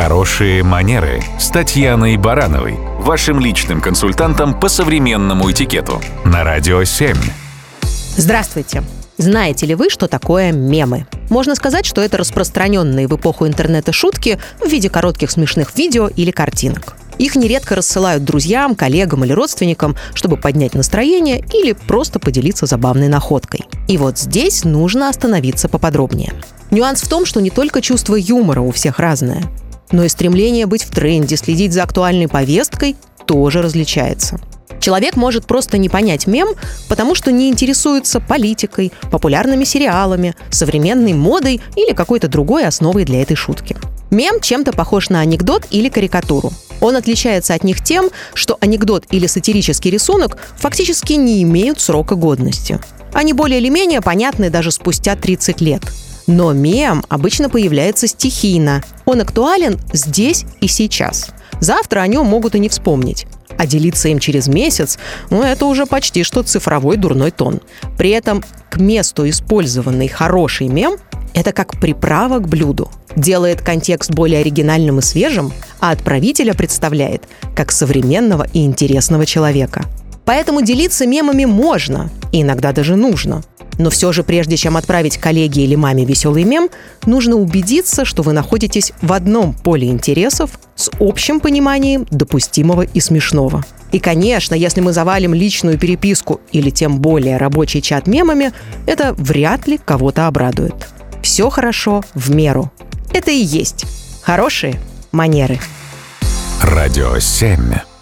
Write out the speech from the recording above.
Хорошие манеры с Татьяной Барановой, вашим личным консультантом по современному этикету на Радио 7. Здравствуйте! Знаете ли вы, что такое мемы? Можно сказать, что это распространенные в эпоху интернета шутки в виде коротких смешных видео или картинок. Их нередко рассылают друзьям, коллегам или родственникам, чтобы поднять настроение или просто поделиться забавной находкой. И вот здесь нужно остановиться поподробнее. Нюанс в том, что не только чувство юмора у всех разное, но и стремление быть в тренде, следить за актуальной повесткой тоже различается. Человек может просто не понять мем, потому что не интересуется политикой, популярными сериалами, современной модой или какой-то другой основой для этой шутки. Мем чем-то похож на анекдот или карикатуру. Он отличается от них тем, что анекдот или сатирический рисунок фактически не имеют срока годности. Они более или менее понятны даже спустя 30 лет. Но мем обычно появляется стихийно. Он актуален здесь и сейчас. Завтра о нем могут и не вспомнить. А делиться им через месяц – это уже почти что цифровой дурной тон. При этом к месту использованный хороший мем – это как приправа к блюду. Делает контекст более оригинальным и свежим, а отправителя представляет как современного и интересного человека. Поэтому делиться мемами можно, и иногда даже нужно. Но все же, прежде чем отправить коллеге или маме веселый мем, нужно убедиться, что вы находитесь в одном поле интересов с общим пониманием допустимого и смешного. И, конечно, если мы завалим личную переписку или тем более рабочий чат мемами, это вряд ли кого-то обрадует. Все хорошо в меру. Это и есть хорошие манеры. Радио 7.